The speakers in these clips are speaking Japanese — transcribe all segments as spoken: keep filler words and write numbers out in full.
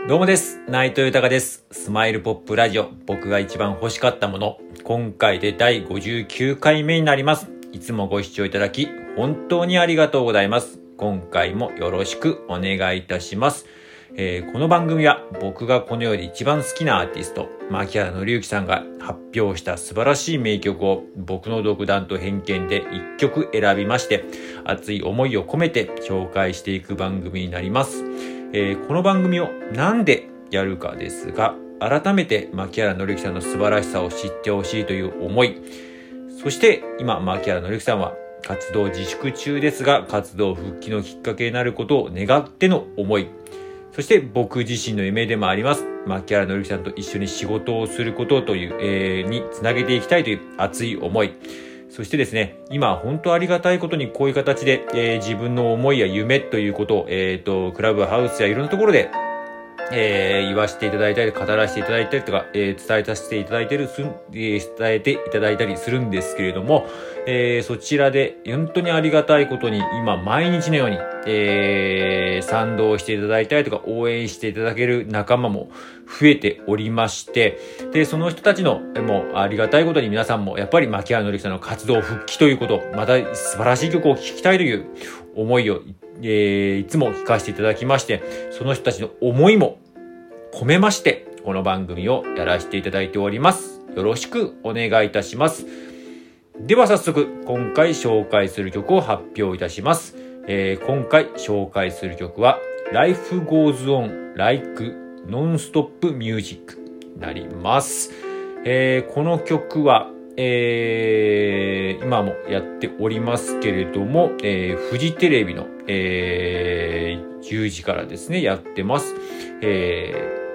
どうもです。内藤豊です。スマイルポップラジオ、僕が一番欲しかったもの。今回でだいごじゅうきゅうかいめになります。いつもご視聴いただき、本当にありがとうございます。今回もよろしくお願いいたします。えー、この番組は僕がこの世で一番好きなアーティスト、牧原紀之さんが発表した素晴らしい名曲を僕の独断と偏見でいっきょく選びまして、熱い思いを込めて紹介していく番組になります。えー、この番組をなんでやるかですが、改めて牧原紀之さんの素晴らしさを知ってほしいという思い、そして今牧原紀之さんは活動自粛中ですが、活動復帰のきっかけになることを願っての思い、そして僕自身の夢でもあります牧原紀之さんと一緒に仕事をすることという、えー、につなげていきたいという熱い思い、そしてですね、今本当ありがたいことにこういう形で、えー、自分の思いや夢ということを、えーと、クラブハウスやいろんなところで、えー、言わせていただいたり、語らせていただいたりとか、えー、伝えさせていただいてるす、えー、伝えていただいたりするんですけれども、えー、そちらで本当にありがたいことに今毎日のように、えー、賛同していただいたりとか応援していただける仲間も増えておりまして、で、その人たちのもうありがたいことに皆さんもやっぱり牧原紀之さんの活動復帰ということ、また素晴らしい曲を聴きたいという思いを、えー、いつも聞かせていただきまして、その人たちの思いも込めまして、この番組をやらせていただいております。よろしくお願いいたします。では早速、今回紹介する曲を発表いたします。えー、今回紹介する曲は Life Goes On Like Non-Stop Music になります。えー、この曲は、えー、今もやっておりますけれども、えー、フジテレビの、えー、じゅうじからですね、やってます。えー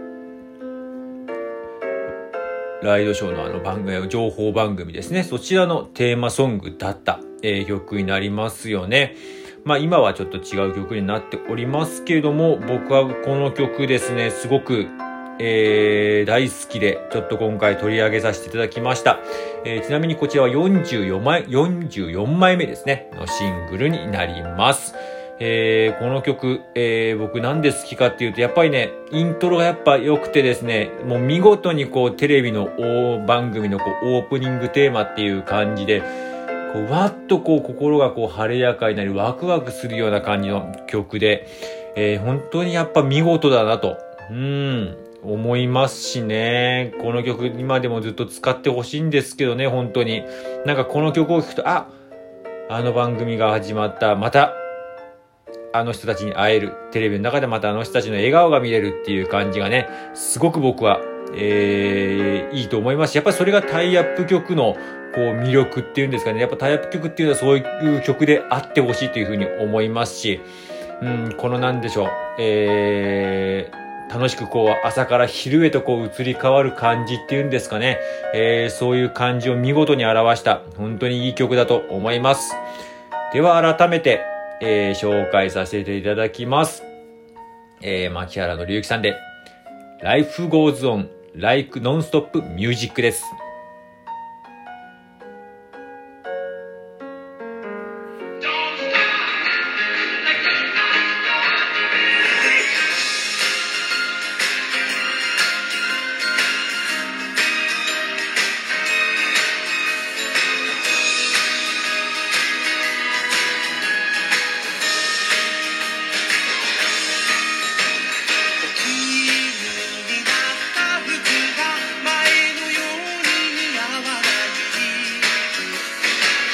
ライドショーのあの番組、情報番組ですね。そちらのテーマソングだった、えー、曲になりますよね。まあ今はちょっと違う曲になっておりますけれども、僕はこの曲ですね、すごく、えー、大好きで、ちょっと今回取り上げさせていただきました。えー、ちなみにこちらはよんじゅうよんまい、よんじゅうよんまいめですね、のシングルになります。えー、この曲、えー、僕なんで好きかっていうと、やっぱりね、イントロがやっぱ良くてですね、もう見事にこうテレビの番組のこうオープニングテーマっていう感じで、こうわっとこう心がこう晴れやかになりワクワクするような感じの曲で、えー、本当にやっぱ見事だなと、うーん、思いますしね。この曲今でもずっと使ってほしいんですけどね、本当に。なんかこの曲を聴くと、あ、あの番組が始まった、また、あの人たちに会える、テレビの中でまたあの人たちの笑顔が見れるっていう感じがね、すごく僕は、えー、いいと思いますし、やっぱりそれがタイアップ曲のこう魅力っていうんですかね、やっぱタイアップ曲っていうのはそういう曲であってほしいというふうに思いますし、うん、このなんでしょう、えー、楽しくこう朝から昼へとこう移り変わる感じっていうんですかね、えー、そういう感じを見事に表した本当にいい曲だと思います。では改めて、えー、紹介させていただきます。えー、牧原紀之さんで Life Goes On Like Non-Stop Music です。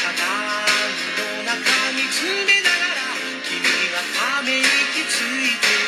ため息ついて